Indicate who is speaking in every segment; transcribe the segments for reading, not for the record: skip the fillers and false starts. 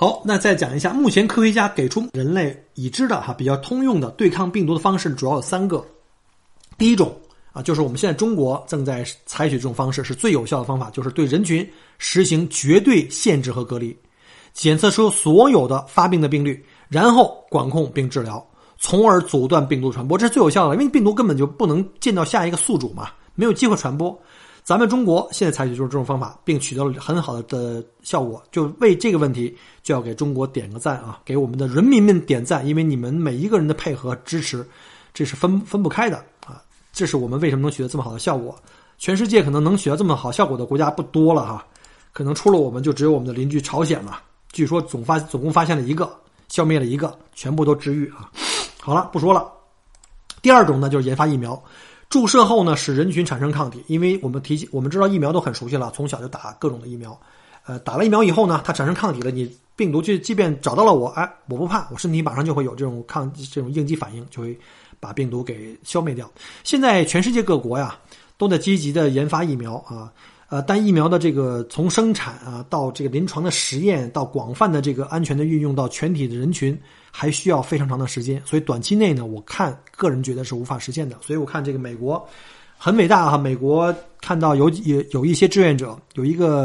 Speaker 1: 好，那再讲一下，目前科学家给出人类已知的比较通用的对抗病毒的方式主要有3个。第一种就是我们现在中国正在采取这种方式，是最有效的方法，就是对人群实行绝对限制和隔离，检测出所有的发病的病例，然后管控并治疗，从而阻断病毒传播。这是最有效的，因为病毒根本就不能见到下一个宿主嘛，没有机会传播。咱们中国现在采取就是这种方法，并取得了很好的效果，就为这个问题就要给中国点个赞啊，给我们的人民们点赞，因为你们每一个人的配合支持，这是分不开的啊。这是我们为什么能取得这么好的效果。全世界可能能取得这么好效果的国家不多了哈，可能除了我们就只有我们的邻居朝鲜了，据说总共发现了1个，消灭了1个，全部都治愈啊。好了，不说了。第二种呢，就是研发疫苗。注射后呢，使人群产生抗体，因为我们知道疫苗都很熟悉了，从小就打各种的疫苗，打了疫苗以后呢，它产生抗体了，你病毒即便找到了我不怕，我身体马上就会有这种应激反应，就会把病毒给消灭掉。现在全世界各国呀都在积极的研发疫苗但疫苗的这个从生产到这个临床的实验，到广泛的这个安全的运用到全体的人群，还需要非常长的时间，所以短期内呢，我个人觉得是无法实现的。所以我看这个美国很伟大美国看到有一些志愿者，有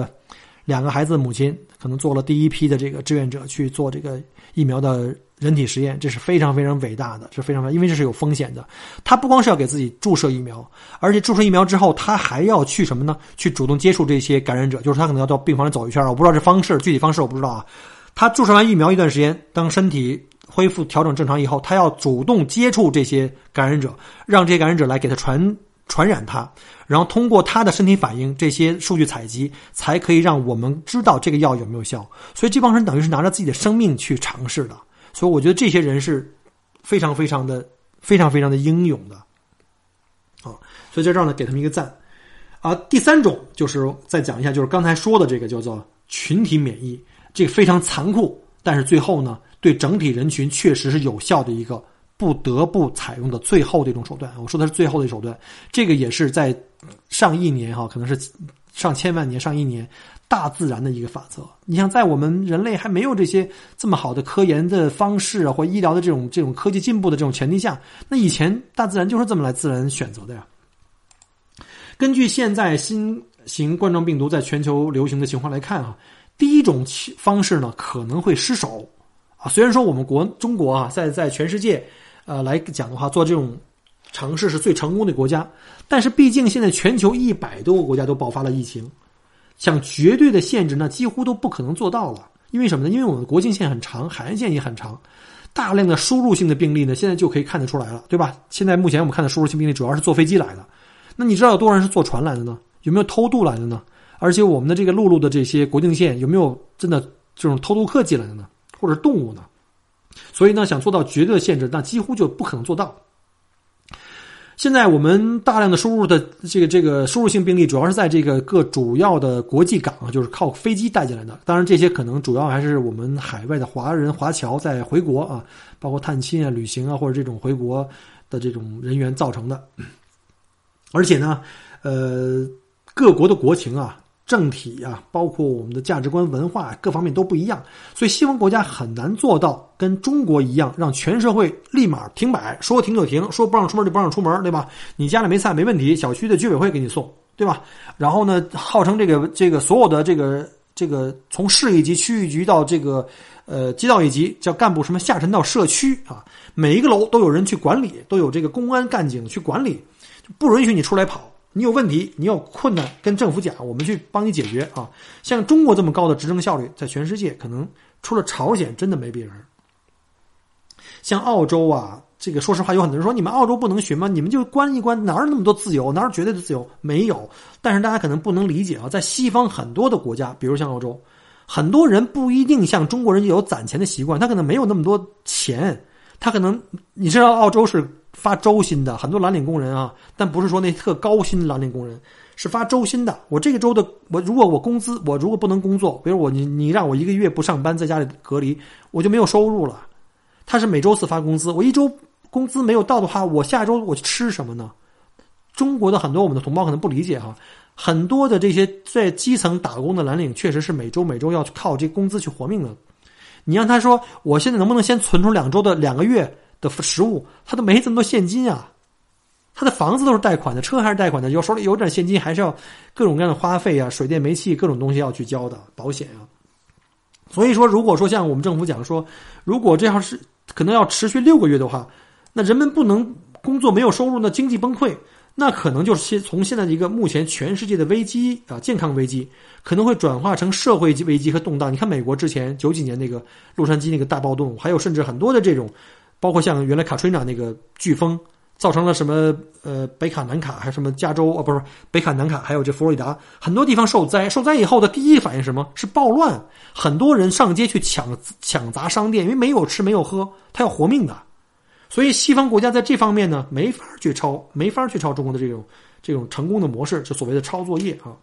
Speaker 1: 2个孩子的母亲可能做了第一批的这个志愿者去做这个疫苗的人体实验，这是非常非常伟大的，因为这是有风险的。他不光是要给自己注射疫苗，而且注射疫苗之后，他还要去什么呢？去主动接触这些感染者，就是他可能要到病房里走一圈，我不知道这具体方式我不知道他注射完疫苗一段时间，当身体恢复调整正常以后，他要主动接触这些感染者，让这些感染者来给他传染他，然后通过他的身体反应，这些数据采集才可以让我们知道这个药有没有效。所以这帮人等于是拿着自己的生命去尝试的。所以我觉得这些人是非常非常的英勇的所以在这儿呢给他们一个赞第3种就是再讲一下，就是刚才说的这个叫做群体免疫，这个非常残酷，但是最后呢对整体人群确实是有效的一个不得不采用的最后的一种手段。我说的是最后的手段，这个也是在上亿年可能是上千万年上亿年大自然的一个法则。你像在我们人类还没有这些这么好的科研的方式或医疗的这种科技进步的这种前提下，那以前大自然就是这么来自然选择的呀。根据现在新型冠状病毒在全球流行的情况来看第一种方式呢可能会失手虽然说我们中国在全世界来讲的话，做这种尝试是最成功的国家，但是毕竟现在全球100多个国家都爆发了疫情，想绝对的限制呢几乎都不可能做到了。因为什么呢？因为我们的国境线很长，海岸线也很长，大量的输入性的病例呢现在就可以看得出来了，对吧？现在目前我们看的输入性病例主要是坐飞机来的，那你知道有多少人是坐船来的呢？有没有偷渡来的呢？而且我们的这个陆路的这些国境线有没有真的这种偷渡客进来的呢？或者动物呢？所以呢想做到绝对的限制，那几乎就不可能做到。现在我们大量的输入的这个输入性病例主要是在这个各主要的国际港就是靠飞机带进来的。当然这些可能主要还是我们海外的华人华侨在回国包括探亲旅行或者这种回国的这种人员造成的。而且呢各国的国情政体包括我们的价值观文化各方面都不一样，所以西方国家很难做到跟中国一样让全社会立马停摆，说停就停，说不让出门就不让出门，对吧？你家里没菜没问题，小区的居委会给你送，对吧？然后呢号称这个所有的这个从市一级区域局到这个街道一级叫干部什么下沉到社区每一个楼都有人去管理，都有这个公安干警去管理，就不允许你出来跑。你有问题，你有困难跟政府讲，我们去帮你解决像中国这么高的执政效率，在全世界可能除了朝鲜真的没别人。像澳洲这个说实话有很多人说你们澳洲不能学吗？你们就关一关，哪有那么多自由，哪有绝对的自由？没有。但是大家可能不能理解在西方很多的国家，比如像澳洲，很多人不一定像中国人有攒钱的习惯，他可能没有那么多钱，他可能你知道澳洲是发周薪的，很多蓝领工人但不是说那特高薪的蓝领工人，是发周薪的。我这个周的如果我工资我如果不能工作，比如你让我1个月不上班在家里隔离，我就没有收入了。他是每周4发工资，我1周工资没有到的话，我下周我吃什么呢？中国的很多我们的同胞可能不理解很多的这些在基层打工的蓝领确实是每周要靠这工资去活命的。 你让他说我现在能不能先存出2周的2个月的食物，他都没这么多现金啊。他的房子都是贷款的，车还是贷款的，有手里有点现金，还是要各种各样的花费啊，水电煤气各种东西要去交的，保险啊。所以说，如果说像我们政府讲说，如果这样是可能要持续6个月的话，那人们不能工作没有收入，那经济崩溃，那可能就是从现在的一个目前全世界的危机啊，健康危机，可能会转化成社会危机和动荡。你看美国之前90几年那个洛杉矶那个大暴动，还有甚至很多的这种，包括像原来卡特琳娜那个飓风。造成了什么北卡南卡还是什么加州不是北卡南卡还有这佛罗里达很多地方受灾以后的第一反应是什么？是暴乱，很多人上街去抢砸商店，因为没有吃没有喝，他要活命的。所以西方国家在这方面呢没法去抄中国的这种成功的模式，就所谓的抄作业啊。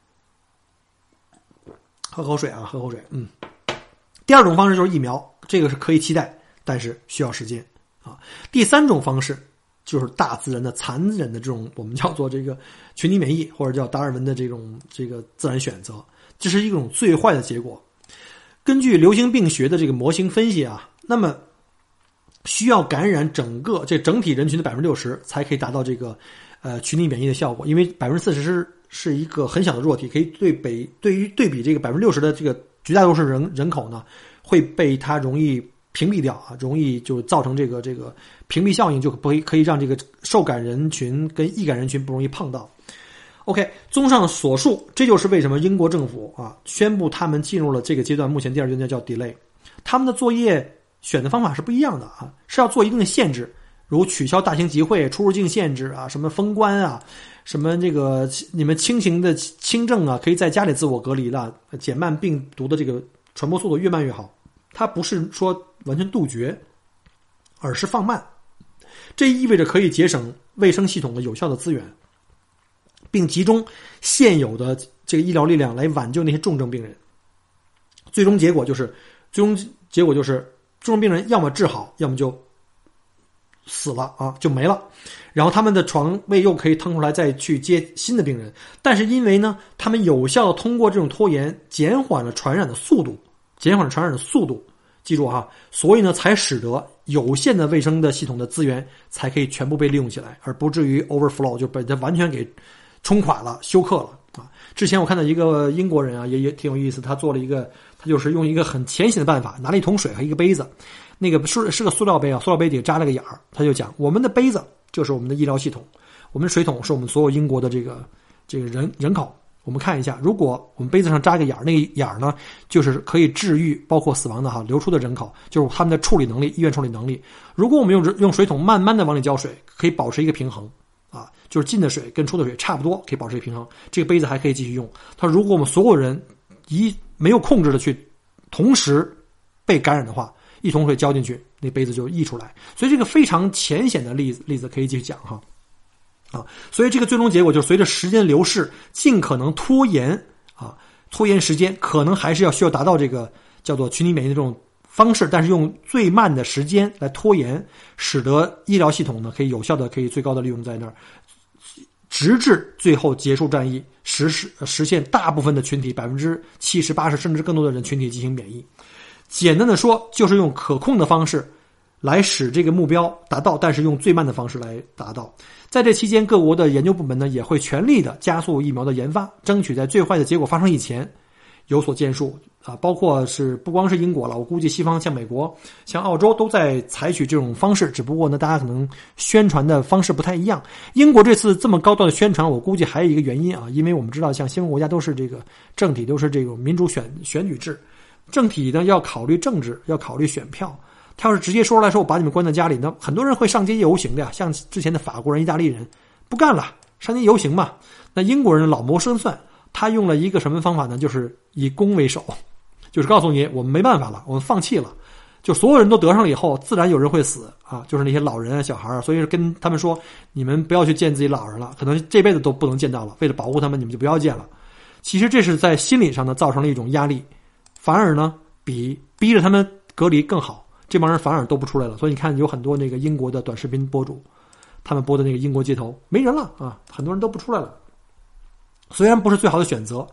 Speaker 1: 喝口水。第二种方式就是疫苗，这个是可以期待，但是需要时间啊。第3种方式就是大自然的残忍的这种我们叫做这个群体免疫，或者叫达尔文的这个自然选择，这是一种最坏的结果。根据流行病学的这个模型分析啊，那么需要感染整体人群的 60% 才可以达到这个群体免疫的效果，因为 40% 是一个很小的弱体，可以对比这个 60% 的这个绝大多数人口呢，会被它容易屏蔽掉啊，容易就造成这个屏蔽效应，就可以让这个受感人群跟易感人群不容易碰到。OK， 综上所述，这就是为什么英国政府啊宣布他们进入了这个阶段，目前第2阶段叫 delay。他们的作业选的方法是不一样的啊，是要做一定的限制，如取消大型集会、出入境限制啊，什么封关啊，什么这个你们轻型的轻症啊，可以在家里自我隔离了，减慢病毒的这个传播速度，越慢越好。它不是说完全杜绝，而是放慢。这意味着可以节省卫生系统的有效的资源，并集中现有的这个医疗力量来挽救那些重症病人。最终结果就是重症病人要么治好，要么就死了啊，就没了。然后他们的床位又可以腾出来再去接新的病人。但是因为呢，他们有效的通过这种拖延减缓了传染的速度，记住啊，所以呢才使得有限的卫生的系统的资源才可以全部被利用起来，而不至于 overflow 就被它完全给冲垮了、休克了啊。之前我看到一个英国人啊，也挺有意思，他就是用一个很浅显的办法，拿了一桶水和一个杯子，那个是个塑料杯啊，塑料杯底扎了个眼儿，他就讲我们的杯子就是我们的医疗系统，我们的水桶是我们所有英国的这个人口。我们看一下，如果我们杯子上扎个眼儿，那个眼儿呢，就是可以治愈包括死亡的流出的人口，就是他们的处理能力，医院处理能力。如果我们用水桶慢慢的往里浇水，可以保持一个平衡啊，就是进的水跟出的水差不多，可以保持一个平衡。这个杯子还可以继续用。他说，如果我们所有人没有控制的去同时被感染的话，一桶水浇进去，那杯子就溢出来。所以这个非常浅显的例子可以继续讲哈。所以这个最终结果就是随着时间流逝，尽可能拖延时间，可能还是需要达到这个叫做群体免疫的这种方式，但是用最慢的时间来拖延，使得医疗系统呢可以有效的、可以最高的利用在那儿，直至最后结束战役，实现大部分的群体70%、80%甚至更多的人群体进行免疫。简单的说，就是用可控的方式来使这个目标达到，但是用最慢的方式来达到。在这期间，各国的研究部门呢也会全力的加速疫苗的研发，争取在最坏的结果发生以前有所建树啊。包括是不光是英国了，我估计西方像美国、像澳洲都在采取这种方式，只不过呢，大家可能宣传的方式不太一样。英国这次这么高调的宣传，我估计还有一个原因啊，因为我们知道，像西方国家都是这个政体都是这种民主选举制，政体呢要考虑政治，要考虑选票。他要是直接说出来说我把你们关在家里，那很多人会上街游行的呀，像之前的法国人、意大利人不干了，上街游行嘛。那英国人老谋深算，他用了一个什么方法呢？就是以攻为守，就是告诉你我们没办法了，我们放弃了，就所有人都得上了以后，自然有人会死啊，就是那些老人啊、小孩啊，所以跟他们说，你们不要去见自己老人了，可能这辈子都不能见到了，为了保护他们，你们就不要见了。其实这是在心理上呢造成了一种压力，反而呢比逼着他们隔离更好。这帮人反而都不出来了，所以你看有很多那个英国的短视频博主，他们播的那个英国街头没人了啊，很多人都不出来了。虽然不是最好的选择，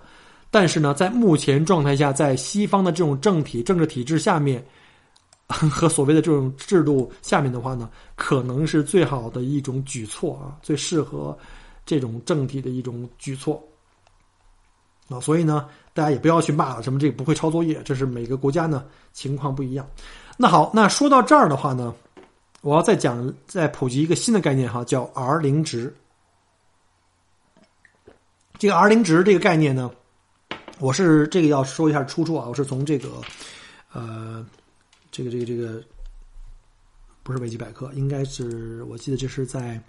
Speaker 1: 但是呢，在目前状态下，在西方的这种政治体制下面，和所谓的这种制度下面的话呢，可能是最好的一种举措啊，最适合这种政体的一种举措。所以呢，大家也不要去骂了，什么这个不会抄作业，这是每个国家呢情况不一样。那好，那说到这儿的话呢，我要再普及一个新的概念哈，叫 R0 值。这个 R0 值这个概念呢，我是这个要说一下出处啊，我是从这个这个不是维基百科，应该是我记得这是在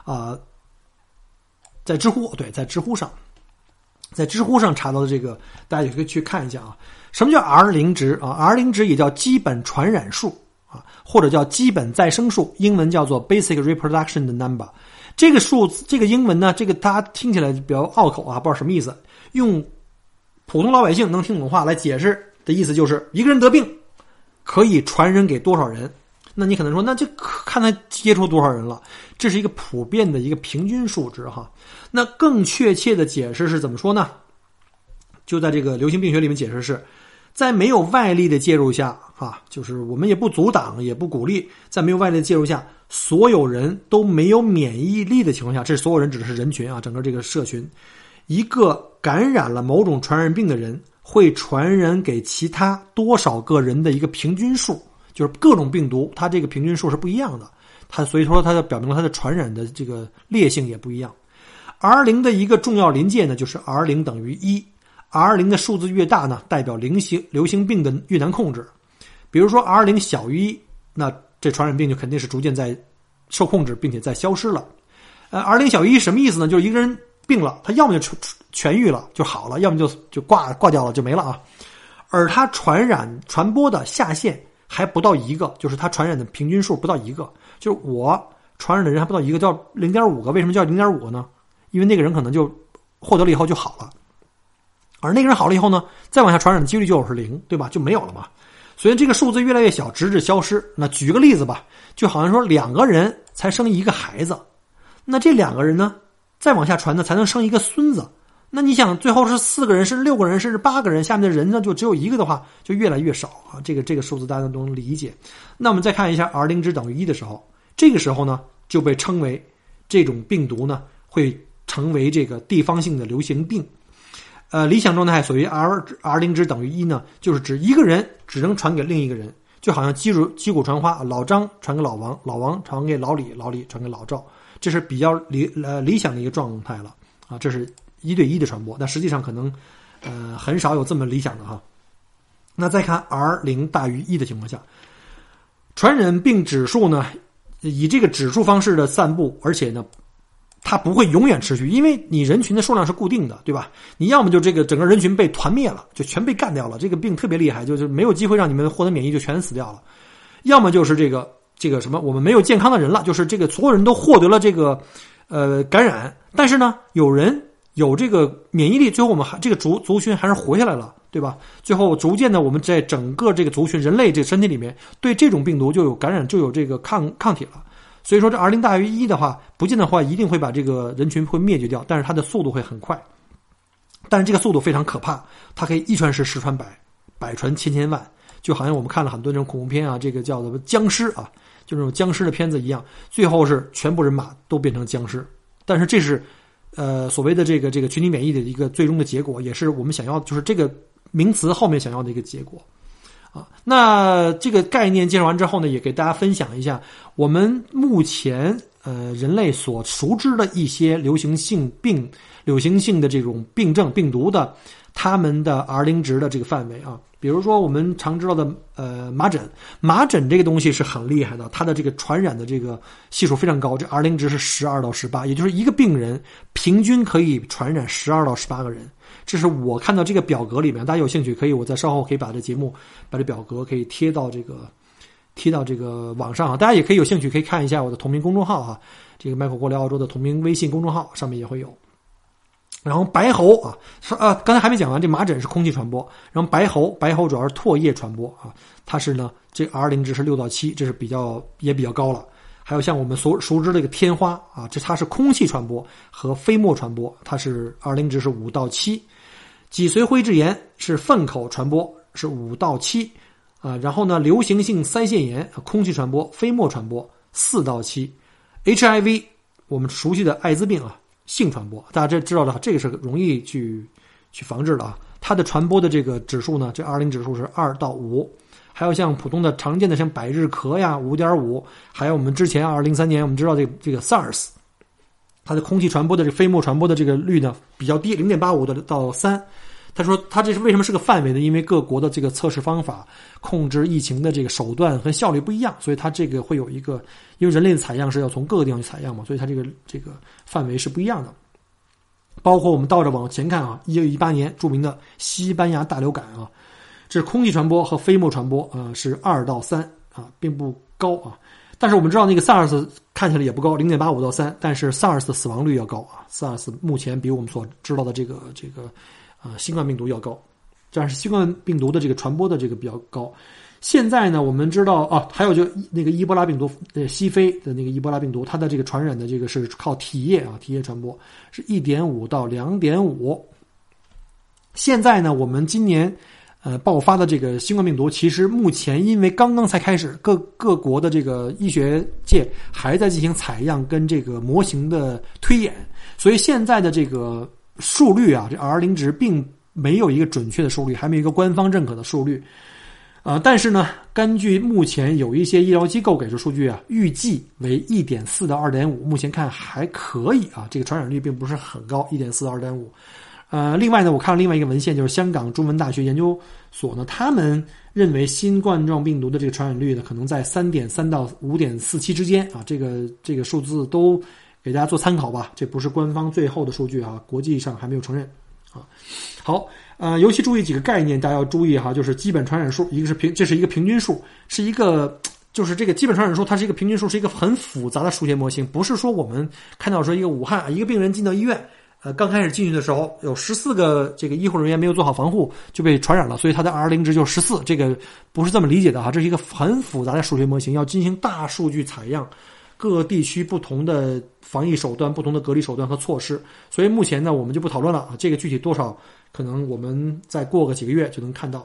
Speaker 1: 在知乎，对，在知乎上。在知乎上查到的这个，大家也可以去看一下啊。什么叫 R0 值啊 ？R0 值也叫基本传染数啊，或者叫基本再生数，英文叫做 Basic Reproduction Number。这个数字，这个英文呢，这个大家听起来比较拗口啊，不知道什么意思。用普通老百姓能听懂的话来解释的意思就是，一个人得病可以传染给多少人？那你可能说，那就看他接触多少人了。这是一个普遍的一个平均数值哈。那更确切的解释是怎么说呢？就在这个流行病学里面解释是，在没有外力的介入下就是我们也不阻挡也不鼓励，在没有外力的介入下，所有人都没有免疫力的情况下，这所有人指的是人群啊，整个这个社群，一个感染了某种传染病的人会传染给其他多少个人的一个平均数，就是各种病毒它这个平均数是不一样的，所以说它就表明了它的传染的这个烈性也不一样。R0 的一个重要临界呢，就是 R0 等于1，R0 的数字越大呢，代表流行病的越难控制。比如说 R0 小于1，那这传染病就肯定是逐渐在受控制，并且在消失了。R0 小于1什么意思呢？就是一个人病了，他要么就痊愈了就好了，要么就挂掉了就没了啊。而他传播的下限还不到1个，就是他传染的平均数不到1个，就是我传染的人还不到1个，叫 0.5 个。为什么叫 0.5 个呢？因为那个人可能就获得了以后就好了，而那个人好了以后呢，再往下传染的几率就是0，对吧？就没有了嘛。所以这个数字越来越小，直至消失。那举个例子吧，就好像说2个人才生一个孩子，那这2个人呢，再往下传呢，才能生一个孙子。那你想，最后是4个人，甚至6个人，甚至8个人，下面的人呢就只有1个的话，就越来越少啊。这个数字大家都能理解。那我们再看一下 R0 值等于1的时候，这个时候呢就被称为这种病毒呢会成为这个地方性的流行病。理想状态所谓 R0 值等于1呢，就是指一个人只能传给另一个人，就好像击鼓传花，老张传给老王，老王传给老李，老李传给老赵，这是比较理想的一个状态了啊。这是1对1的传播，但实际上可能很少有这么理想的哈。那再看 R0 大于1的情况下，传染病指数呢以这个指数方式的散布，而且呢它不会永远持续，因为你人群的数量是固定的，对吧？你要么就这个整个人群被团灭了，就全被干掉了，这个病特别厉害，就是没有机会让你们获得免疫，就全死掉了。要么就是这个什么，我们没有健康的人了，就是这个所有人都获得了这个感染，但是呢有人有这个免疫力，最后我们这个族群还是活下来了，对吧？最后逐渐的我们在整个这个族群人类这个身体里面对这种病毒就有感染，就有这个抗体了。所以说这 R0 大于1的话，不见得话一定会把这个人群会灭绝掉，但是它的速度会很快。但是这个速度非常可怕，它可以一传十，十传百，百传千万，就好像我们看了很多这种恐怖片啊，这个叫做僵尸啊，就这种僵尸的片子一样，最后是全部人马都变成僵尸。但是这是所谓的这个群体免疫的一个最终的结果，也是我们想要，就是这个名词后面想要的一个结果。那这个概念介绍完之后呢，也给大家分享一下我们目前人类所熟知的一些流行性的这种病症病毒的它们的 R0 值的这个范围啊。比如说我们常知道的麻疹这个东西是很厉害的，它的这个传染的这个系数非常高，这 R0 值是12到18，也就是一个病人平均可以传染12到18个人。这是我看到这个表格里面，大家有兴趣可以，我在稍后可以把这节目把这表格可以贴到这个网上啊，大家也可以有兴趣可以看一下我的同名公众号哈，这个麦克国聊澳洲的同名微信公众号上面也会有。然后白喉刚才还没讲完，这麻疹是空气传播，然后白喉主要是唾液传播啊，它是呢这 R0 值是6到7，这是也比较高了。还有像我们熟知的这个天花啊，它是空气传播和飞沫传播，它是 R0 值是5到7。 脊髓灰质炎是粪口传播，是5到7然后呢，流行性腮腺炎空气传播、飞沫传播4到7。HIV 我们熟悉的艾滋病性传播，大家这知道的，这个是容易去防治的它的传播的这个指数呢，这 R0 指数是2到5。还有像普通的常见的像百日咳呀 5.5， 还有我们之前2003年我们知道这个 SARS， 它的空气传播的这个飞沫传播的这个率呢比较低 0.85 到3。他说他这是为什么是个范围呢？因为各国的这个测试方法、控制疫情的这个手段和效率不一样，所以它这个会有一个，因为人类的采样是要从各个地方去采样嘛，所以它这个范围是不一样的。包括我们倒着往前看1918年著名的西班牙大流感这是空气传播和飞沫传播是2到3并不高但是我们知道那个 SARS 看起来也不高 0.85 到3，但是 SARS 的死亡率要高SARS 目前比我们所知道的这个新冠病毒要高，但是新冠病毒的这个传播的这个比较高。现在呢，我们知道还有就那个伊波拉病毒，西非的那个伊波拉病毒，它的这个传染的这个是靠体液体液传播，是 1.5 到 2.5。现在呢，我们今年爆发的这个新冠病毒，其实目前因为刚刚才开始，各国的这个医学界还在进行采样跟这个模型的推演，所以现在的这个数率这 R0 值并没有一个准确的数率，还没有一个官方认可的数率但是呢，根据目前有一些医疗机构给出数据预计为 1.4 到 2.5， 目前看还可以这个传染率并不是很高 1.4 到 2.5。另外呢，我看了另外一个文献，就是香港中文大学研究所呢，他们认为新冠状病毒的这个传染率呢，可能在 3.3 到 5.47 之间这个数字都给大家做参考吧，这不是官方最后的数据国际上还没有承认好，尤其注意几个概念，大家要注意就是基本传染数，一个是这是一个平均数，是一个就是这个基本传染数，它是一个平均数，是一个很复杂的数学模型，不是说我们看到说一个武汉一个病人进到医院，刚开始进去的时候有14个这个医护人员没有做好防护就被传染了，所以它的 R0 值就14，这个不是这么理解的这是一个很复杂的数学模型，要进行大数据采样。各地区不同的防疫手段、不同的隔离手段和措施，所以目前呢，我们就不讨论了这个具体多少，可能我们再过个几个月就能看到。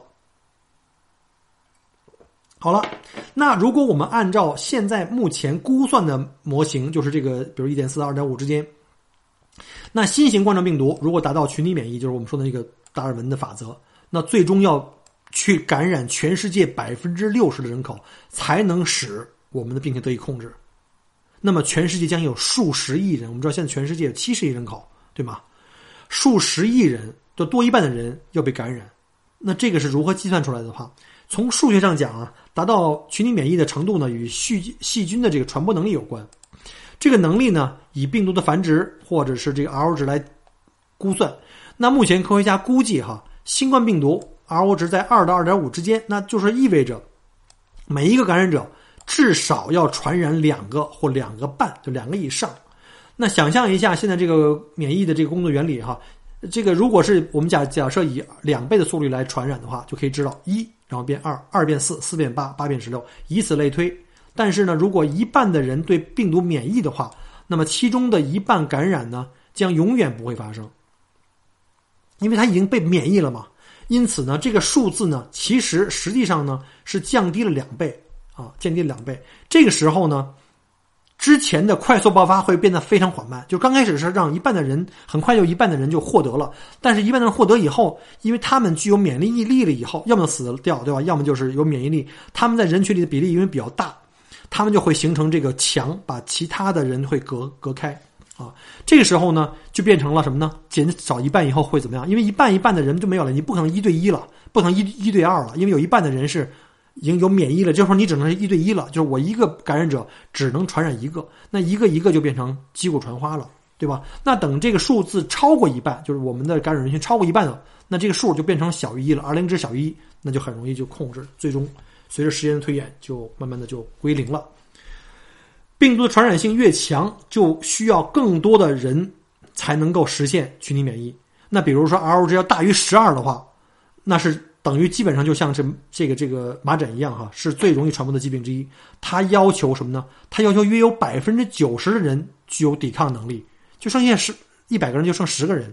Speaker 1: 好了，那如果我们按照现在目前估算的模型，就是这个，比如 1.4 到 2.5 之间，那新型冠状病毒如果达到群体免疫，就是我们说的那个达尔文的法则，那最终要去感染全世界 60% 的人口，才能使我们的病情得以控制。那么全世界将有数十亿人，我们知道现在全世界有70亿人口，对吗？数十亿人，就多一半的人要被感染。那这个是如何计算出来的话，从数学上讲达到群体免疫的程度呢，与细菌的这个传播能力有关。这个能力呢，以病毒的繁殖或者是这个 R0 值来估算。那目前科学家估计新冠病毒 R0 值在2到 2.5 之间，那就是意味着每一个感染者至少要传染2个或2个半，就2个以上。那想象一下现在这个免疫的这个工作原理这个如果是我们假设以2倍的速率来传染的话，就可以知道1，然后变2， 2变4， 4变8， 8变16，以此类推。但是呢，如果一半的人对病毒免疫的话，那么其中的一半感染呢，将永远不会发生，因为它已经被免疫了嘛。因此呢，这个数字呢，实际上呢是降低了2倍。降低了2倍。这个时候呢，之前的快速爆发会变得非常缓慢。就刚开始是让一半的人，很快就一半的人就获得了，但是一半的人获得以后，因为他们具有免疫力了以后，要么死掉，对吧？要么就是有免疫力。他们在人群里的比例因为比较大，他们就会形成这个墙，把其他的人会隔开。这个时候呢，就变成了什么呢？减少一半以后会怎么样？因为一半的人就没有了，你不可能1对1了，不可能1对2了，因为有一半的人是已经有免疫了，就是说你只能是1对1了，就是我一个感染者只能传染一个，那一个就变成击鼓传花了，对吧？那等这个数字超过一半，就是我们的感染人群超过一半了，那这个数就变成小于1了，R0 值小于1，那就很容易就控制，最终随着时间的推演就慢慢的就归零了。病毒的传染性越强，就需要更多的人才能够实现群体免疫。那比如说 R0 值要大于12的话，那是等于基本上就像是这个麻疹一样是最容易传播的疾病之一。它要求什么呢？它要求约有 90% 的人具有抵抗能力，就剩下100个人就剩10个人。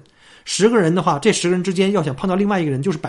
Speaker 1: 10个人的话，这10个人之间要想碰到另外一个人，就是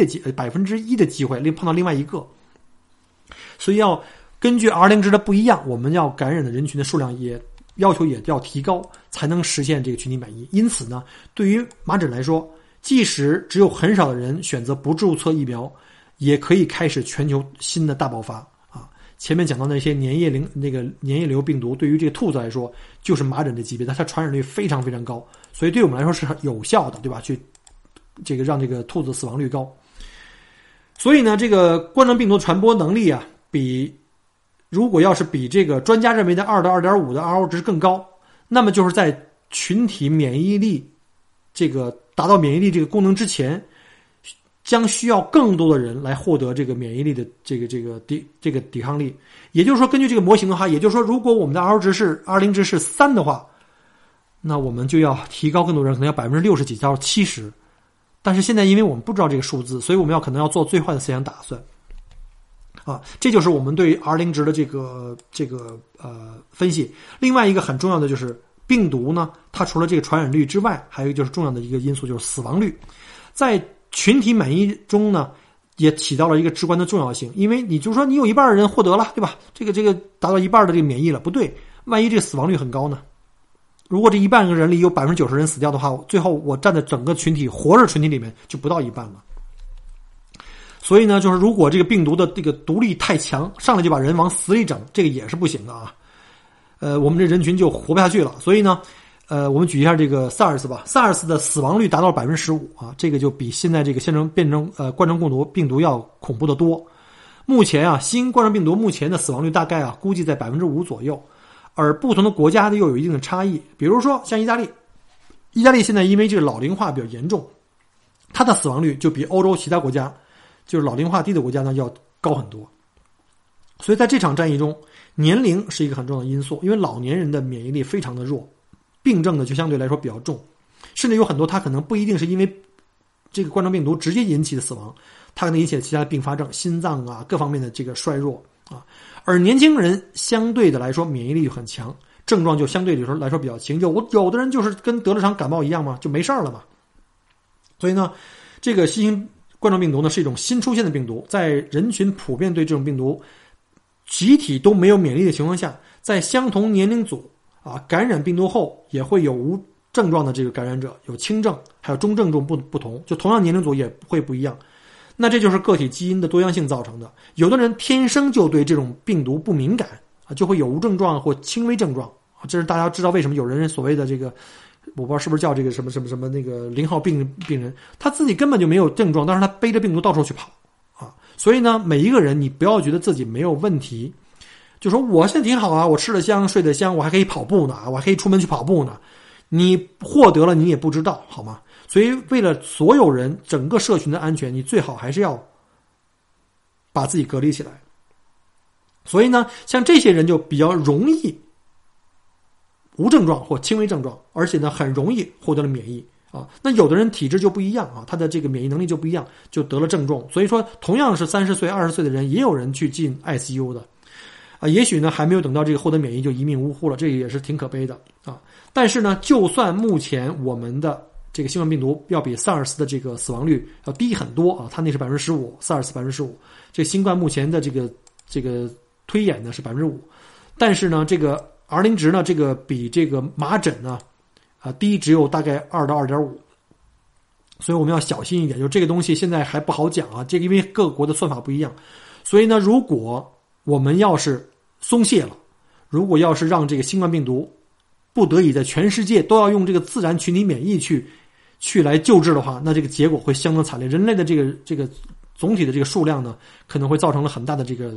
Speaker 1: 1%的机会碰到另外一个。所以要根据 R0 值的不一样，我们要感染的人群的数量也要求也要提高，才能实现这个群体免疫。因此呢，对于麻疹来说，即使只有很少的人选择不注册疫苗，也可以开始全球新的大爆发啊！前面讲到那些粘液瘤病毒，对于这个兔子来说就是麻疹的级别，它传染率非常非常高，所以对我们来说是很有效的，对吧？去这个让这个兔子死亡率高。所以呢，这个冠状病毒传播能力啊，如果要是比这个专家认为的2到2.5的 RO 值更高，那么就是在群体免疫力这个达到免疫力这个功能之前，将需要更多的人来获得这个免疫力的这个抵抗力。也就是说，根据这个模型的话，也就是说，如果我们的 R0 值是3的话，那我们就要提高更多人，可能要60%几到70%。但是现在因为我们不知道这个数字，所以我们可能要做最坏的思想打算。啊，这就是我们对于 R0 值的这个分析。另外一个很重要的就是病毒呢，它除了这个传染率之外，还有一个就是重要的一个因素就是死亡率。在群体免疫中呢，也起到了一个至关的重要性。因为你就说你有一半的人获得了，对吧？这个达到一半的这个免疫了，不对，万一这个死亡率很高呢？如果这一半个人里有90%人死掉的话，最后我占的整个群体活着群体里面就不到一半了。所以呢，就是如果这个病毒的这个毒力太强，上来就把人往死里整，这个也是不行的啊。我们这人群就活不下去了。所以呢，我们举一下这个 SARS 吧 ，SARS 的死亡率达到了 15% 啊，这个就比现在这个冠状病毒要恐怖得多。目前啊，新冠状病毒目前的死亡率大概啊估计在 5% 左右，而不同的国家又有一定的差异。比如说像意大利现在因为这个老龄化比较严重，它的死亡率就比欧洲其他国家，就是老龄化低的国家呢要高很多。所以在这场战役中，年龄是一个很重要的因素，因为老年人的免疫力非常的弱，病症呢就相对来说比较重，甚至有很多他可能不一定是因为这个冠状病毒直接引起的死亡，它可能引起了其他的并发症，心脏啊各方面的这个衰弱啊。而年轻人相对的来说免疫力很强，症状就相对来说比较轻，有的人就是跟得了场感冒一样嘛，就没事了嘛。所以呢，这个新型冠状病毒呢是一种新出现的病毒，在人群普遍对这种病毒集体都没有免疫力的情况下，在相同年龄组啊感染病毒后也会有无症状的这个感染者，有轻症还有中症状不同，就同样年龄组也会不一样。那这就是个体基因的多样性造成的。有的人天生就对这种病毒不敏感啊，就会有无症状或轻微症状啊。这是大家知道为什么有人所谓的这个，我不知道是不是叫这个什么那个0号病人，他自己根本就没有症状，但是他背着病毒到处去跑啊。所以呢，每一个人你不要觉得自己没有问题，就说我现在挺好啊，我吃得香睡得香，我还可以跑步呢，我还可以出门去跑步呢。你获得了你也不知道，好吗？所以为了所有人整个社群的安全，你最好还是要把自己隔离起来。所以呢，像这些人就比较容易无症状或轻微症状，而且呢很容易获得了免疫啊。那有的人体质就不一样啊，他的这个免疫能力就不一样，就得了症状。所以说同样是30岁20岁的人，也有人去进 ICU 的啊。也许呢还没有等到这个获得免疫就一命呜呼了，这也是挺可悲的啊。但是呢，就算目前我们的这个新冠病毒要比 SARS 的这个死亡率要低很多啊，它那是 15%， SARS 15%，这新冠目前的这个推演呢是 5%， 但是呢这个 R0 值呢这个比这个麻疹呢低只有大概2到 2.5， 所以我们要小心一点，就这个东西现在还不好讲啊，这个因为各国的算法不一样。所以呢，如果我们要是松懈了，如果要是让这个新冠病毒不得已在全世界都要用这个自然群体免疫去来救治的话，那这个结果会相当惨烈。人类的这个总体的这个数量呢，可能会造成了很大的这个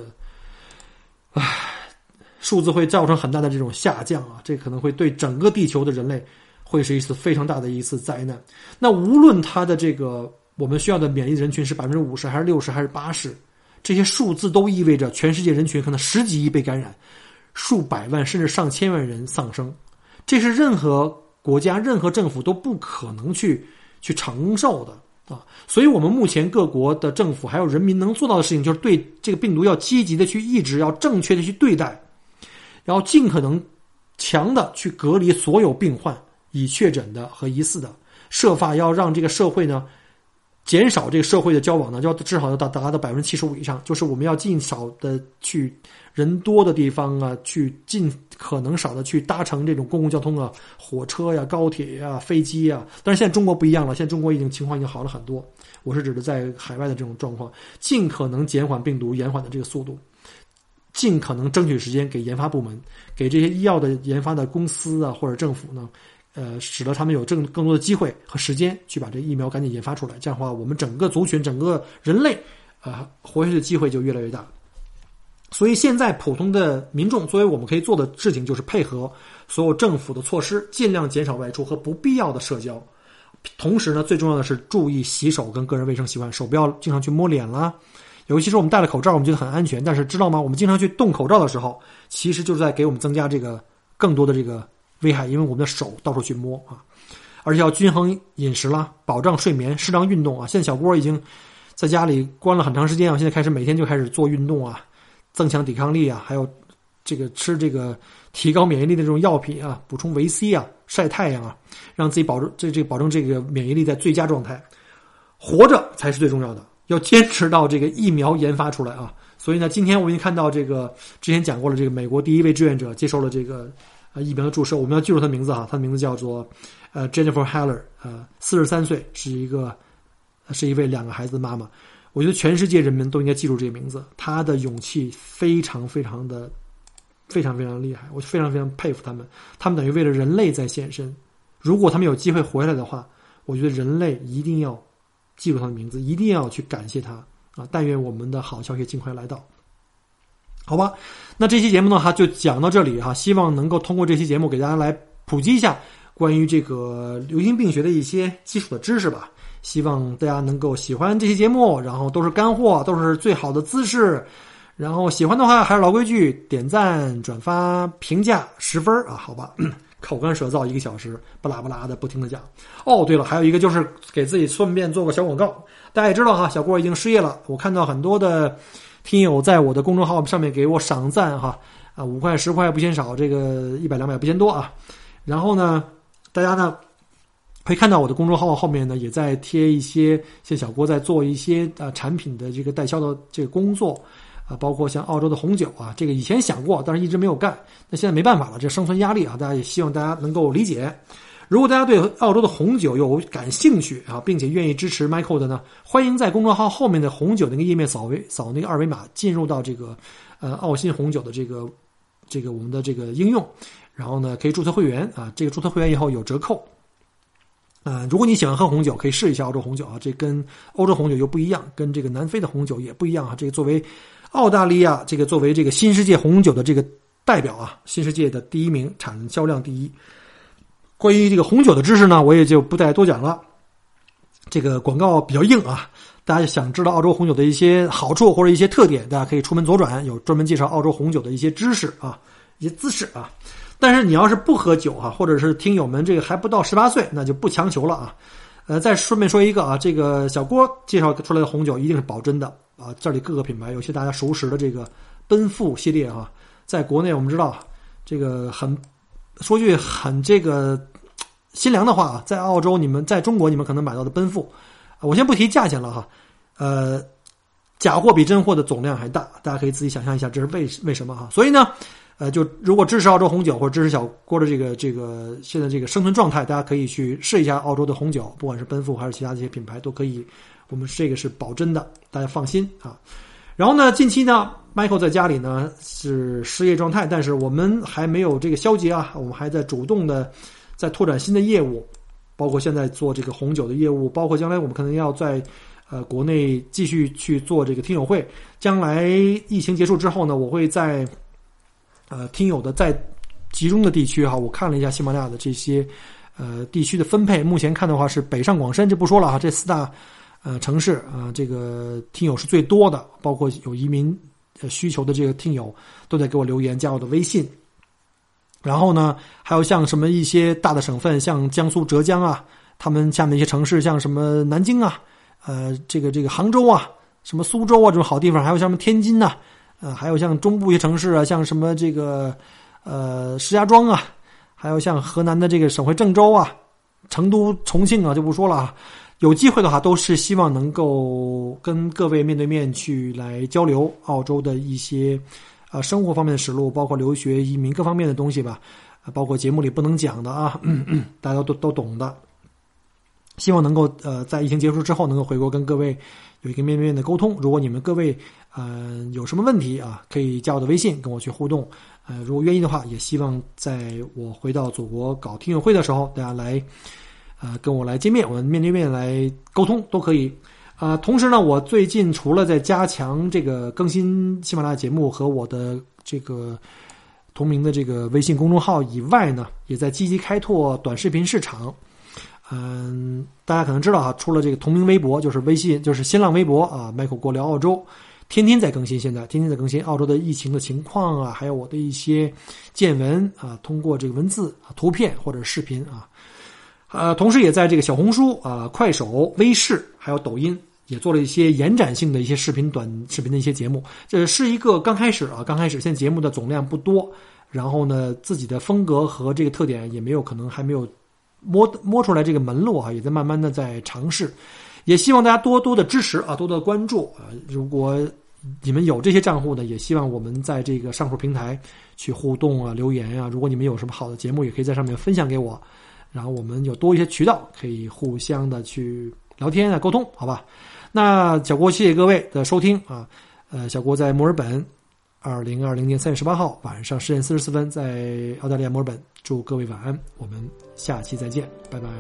Speaker 1: 数字会造成很大的这种下降啊，这可能会对整个地球的人类会是一次非常大的一次灾难。那无论它的这个我们需要的免疫人群是 50% 还是60%还是80%，这些数字都意味着全世界人群可能10几亿被感染，数百万甚至上千万人丧生，这是任何国家任何政府都不可能去承受的啊。所以我们目前各国的政府还有人民能做到的事情，就是对这个病毒要积极的去抑制，要正确的去对待，要尽可能强的去隔离所有病患，已确诊的和疑似的， 设法要让这个社会呢减少这个社会的交往呢，要至少要达到75%以上，就是我们要尽少的去人多的地方啊，去尽可能少的去搭乘这种公共交通啊，火车呀、高铁呀、飞机啊。但是现在中国不一样了，现在中国情况已经好了很多。我是指的在海外的这种状况，尽可能减缓病毒延缓的这个速度，尽可能争取时间给研发部门，给这些医药的研发的公司啊或者政府呢。使得他们有更多的机会和时间去把这疫苗赶紧研发出来，这样的话，我们整个族群、整个人类，活下去的机会就越来越大。所以现在普通的民众，作为我们可以做的事情，就是配合所有政府的措施，尽量减少外出和不必要的社交。同时呢，最重要的是注意洗手跟个人卫生习惯，手不要经常去摸脸啦。尤其是我们戴了口罩，我们觉得很安全，但是知道吗？我们经常去动口罩的时候，其实就是在给我们增加这个更多的这个危害，因为我们的手到处去摸啊，而且要均衡饮食啦，保障睡眠，适当运动啊。现在小郭已经在家里关了很长时间啊，现在开始每天就开始做运动啊，增强抵抗力啊，还有这个吃这个提高免疫力的这种药品啊，补充维 C 啊，晒太阳啊，让自己保证这个免疫力在最佳状态。活着才是最重要的，要坚持到这个疫苗研发出来啊。所以呢，今天我已经看到这个之前讲过了，这个美国第一位志愿者接受了这个疫苗的注射，我们要记住他的名字哈，他的名字叫做Jennifer Haller， 43岁，是一位2个孩子的妈妈。我觉得全世界人民都应该记住这个名字，他的勇气非常非常厉害，我非常非常佩服他们，他们等于为了人类在献身。如果他们有机会回来的话，我觉得人类一定要记住他的名字，一定要去感谢他啊！但愿我们的好消息尽快来到。好吧，那这期节目呢就讲到这里哈，希望能够通过这期节目给大家来普及一下关于这个流行病学的一些基础的知识吧。希望大家能够喜欢这期节目，然后都是干货，都是最好的姿势。然后喜欢的话还是老规矩，点赞、转发、评价10分啊，好吧。口干舌燥1个小时，不拉不拉的不停的讲。哦，对了，还有一个就是给自己顺便做个小广告。大家也知道哈，小郭已经失业了，我看到很多的听友在我的公众号上面给我赏赞哈，5块10块不嫌少，这个100、200不嫌多啊。然后呢，大家呢可以看到我的公众号后面呢也在贴一些像小郭在做一些产品的这个代销的这个工作啊，包括像澳洲的红酒啊，这个以前想过，但是一直没有干，那现在没办法了，这生存压力啊，大家也希望大家能够理解。如果大家对澳洲的红酒有感兴趣啊，并且愿意支持 Michael 的呢，欢迎在公众号后面的红酒那个页面扫那个2维码，进入到这个澳新红酒的这个我们的这个应用，然后呢可以注册会员啊，这个注册会员以后有折扣。如果你喜欢喝红酒，可以试一下澳洲红酒啊，这跟欧洲红酒又不一样，跟这个南非的红酒也不一样啊。这个作为澳大利亚作为这个新世界红酒的这个代表啊，新世界的第1名，产销量第1。关于这个红酒的知识呢，我也就不再多讲了。这个广告比较硬啊，大家想知道澳洲红酒的一些好处或者一些特点，大家可以出门左转，有专门介绍澳洲红酒的一些知识啊，一些姿势啊。但是你要是不喝酒啊，或者是听友们这个还不到18岁，那就不强求了啊。再顺便说一个啊，这个小郭介绍出来的红酒一定是保真的啊。这里各个品牌，有些大家熟识的这个奔富系列啊，在国内我们知道这个说句很这个心凉的话啊，在澳洲在中国你们可能买到的奔富，我先不提价钱了哈，假货比真货的总量还大，大家可以自己想象一下这是为什么哈。所以呢就如果支持澳洲红酒或者支持小郭的这个现在这个生存状态，大家可以去试一下澳洲的红酒，不管是奔富还是其他这些品牌都可以，我们这个是保真的，大家放心啊。然后呢，近期呢 Michael 在家里呢是失业状态，但是我们还没有这个消极啊，我们还在主动的在拓展新的业务，包括现在做这个红酒的业务，包括将来我们可能要在国内继续去做这个听友会。将来疫情结束之后呢，我会在听友的在集中的地区哈，我看了一下喜马拉雅的这些地区的分配，目前看的话是北上广深就不说了哈，这4大城市啊，这个听友是最多的，包括有移民需求的这个听友都在给我留言，加我的微信。然后呢，还有像什么一些大的省份，像江苏、浙江啊，他们下面一些城市，像什么南京啊，这个杭州啊，什么苏州啊这种好地方，还有像什么天津呐，还有像中部一些城市啊，像什么这个石家庄啊，还有像河南的这个省会郑州啊， 成都、重庆啊就不说了啊。有机会的话，都是希望能够跟各位面对面去来交流澳洲的一些生活方面的实录，包括留学、移民各方面的东西吧，包括节目里不能讲的啊，大家都懂的。希望能够在疫情结束之后能够回国跟各位有一个面对面的沟通。如果你们各位有什么问题啊，可以加我的微信跟我去互动。如果愿意的话，也希望在我回到祖国搞听友会的时候，大家来跟我来见面，我们面对面来沟通都可以。同时呢，我最近除了在加强这个更新喜马拉雅节目和我的这个同名的这个微信公众号以外呢，也在积极开拓短视频市场。大家可能知道啊，出了这个同名微博，就是微信，就是新浪微博啊，Michael 郭聊澳洲，天天在更新，现在天天在更新澳洲的疫情的情况啊，还有我的一些见闻啊，通过这个文字、图片或者视频啊，同时也在这个小红书啊、快手、微视还有抖音也做了一些延展性的一些视频、短视频的一些节目。这是一个刚开始，现在节目的总量不多，然后呢，自己的风格和这个特点也没有，可能还没有摸出来这个门路啊，也在慢慢的在尝试。也希望大家多多的支持啊，多多的关注啊。如果你们有这些账户呢，也希望我们在这个上述平台去互动啊、留言啊。如果你们有什么好的节目，也可以在上面分享给我，然后我们有多一些渠道可以互相的去聊天啊、沟通，好吧？那小郭谢谢各位的收听啊。小郭在墨尔本，2020年3月18号晚上10点44分，在澳大利亚墨尔本，祝各位晚安，我们下期再见，拜拜。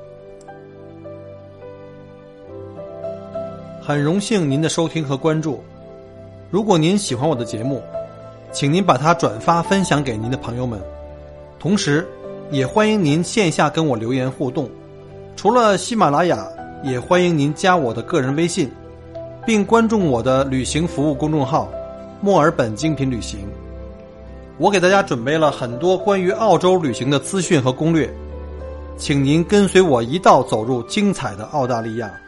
Speaker 1: 很荣幸您的收听和关注。如果您喜欢我的节目，请您把它转发分享给您的朋友们，同时也欢迎您线下跟我留言互动。除了喜马拉雅，也欢迎您加我的个人微信，并关注我的旅行服务公众号墨尔本精品旅行。我给大家准备了很多关于澳洲旅行的资讯和攻略，请您跟随我一道走入精彩的澳大利亚。